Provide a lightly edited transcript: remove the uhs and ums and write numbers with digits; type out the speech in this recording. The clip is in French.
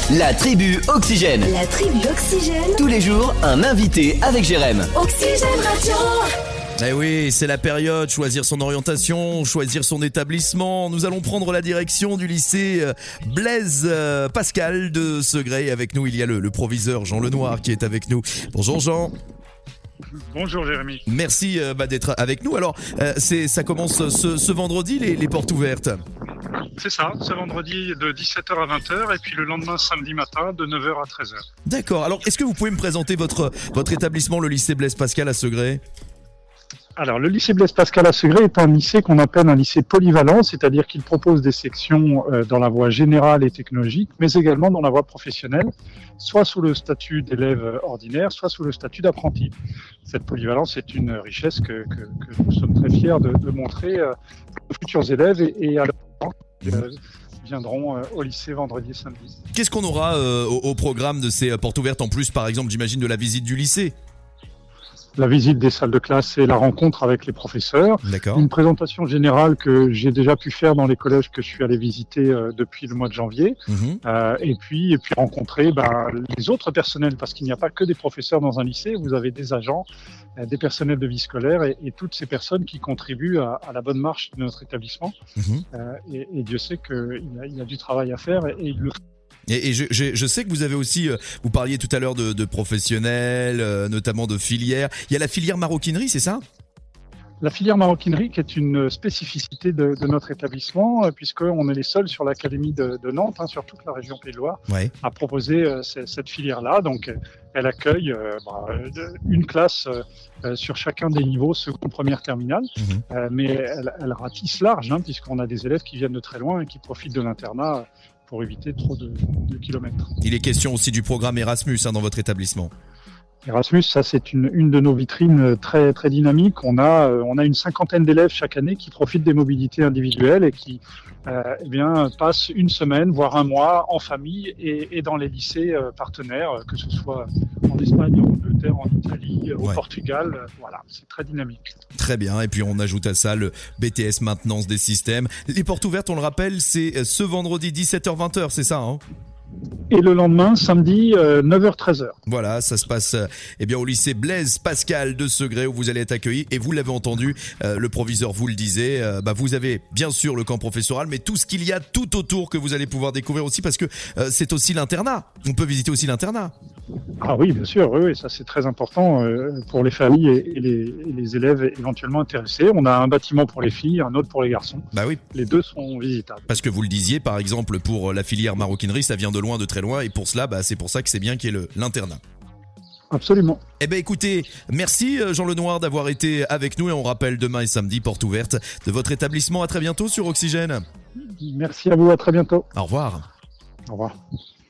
La tribu Oxygène. La tribu Oxygène. Tous les jours, un invité avec Jérém. Oxygène Radio. Eh oui, c'est la période, choisir son orientation, choisir son établissement. Nous allons prendre la direction du lycée Blaise Pascal de Segré. Avec nous, il y a le proviseur Jean Lenoir qui est avec nous. Bonjour Jean. Bonjour Jérémy. Merci d'être avec nous. Alors, ça commence ce vendredi, les portes ouvertes. C'est ça, ce vendredi de 17h à 20h et puis le lendemain samedi matin de 9h à 13h. D'accord, alors est-ce que vous pouvez me présenter votre établissement, le lycée Blaise Pascal à Segré ? Alors, le lycée Blaise Pascal à Segré est un lycée qu'on appelle un lycée polyvalent, c'est-à-dire qu'il propose des sections dans la voie générale et technologique, mais également dans la voie professionnelle, soit sous le statut d'élève ordinaire, soit sous le statut d'apprenti. Cette polyvalence est une richesse que nous sommes très fiers de montrer aux futurs élèves et à leurs parents qui viendront au lycée vendredi et samedi. Qu'est-ce qu'on aura au programme de ces portes ouvertes, en plus, par exemple, j'imagine, de la visite du lycée ? La visite des salles de classe et la rencontre avec les professeurs. D'accord. Une présentation générale que j'ai déjà pu faire dans les collèges que je suis allé visiter depuis le mois de janvier. Et puis rencontrer les autres personnels, parce qu'il n'y a pas que des professeurs dans un lycée, vous avez des agents, des personnels de vie scolaire et toutes ces personnes qui contribuent à la bonne marche de notre établissement. Et Dieu sait qu'il y a du travail à faire et il le fait. Et je sais que vous avez aussi, vous parliez tout à l'heure de professionnels, notamment de filières. Il y a la filière maroquinerie, c'est ça ? La filière maroquinerie qui est une spécificité de notre établissement, puisqu'on est les seuls sur l'académie de Nantes, sur toute la région Pays de Loire, à proposer cette filière-là. Donc, elle accueille une classe sur chacun des niveaux, seconde, première, terminale. Mais elle ratisse large, puisqu'on a des élèves qui viennent de très loin et qui profitent de l'internat pour éviter trop de kilomètres. Il est question aussi du programme Erasmus dans votre établissement. Erasmus, ça c'est une de nos vitrines très très dynamiques. On a une cinquantaine d'élèves chaque année qui profitent des mobilités individuelles et qui passent une semaine, voire un mois en famille et dans les lycées partenaires, que ce soit en Espagne, en Angleterre, en Italie, au Portugal. Voilà, c'est très dynamique. Très bien. Et puis on ajoute à ça le BTS maintenance des systèmes. Les portes ouvertes, on le rappelle, c'est ce vendredi 17h-20h, c'est ça Et le lendemain, samedi, 9h-13h. Voilà, ça se passe au lycée Blaise Pascal de Segré où vous allez être accueillis. Et vous l'avez entendu, le proviseur vous le disait, vous avez bien sûr le camp professoral, mais tout ce qu'il y a tout autour que vous allez pouvoir découvrir aussi, parce que c'est aussi l'internat. On peut visiter aussi l'internat. Ah oui, bien sûr, oui, ça c'est très important pour les familles et les élèves éventuellement intéressés. On a un bâtiment pour les filles, un autre pour les garçons. Bah oui. Les deux sont visitables. Parce que vous le disiez, par exemple, pour la filière maroquinerie, ça vient de loin, de très loin, et pour cela, c'est pour ça que c'est bien qu'il y ait l'internat. Absolument. Écoutez, merci Jean Lenoir d'avoir été avec nous et on rappelle demain et samedi, porte ouverte de votre établissement. À très bientôt sur Oxygène. Merci à vous, à très bientôt. Au revoir. Au revoir.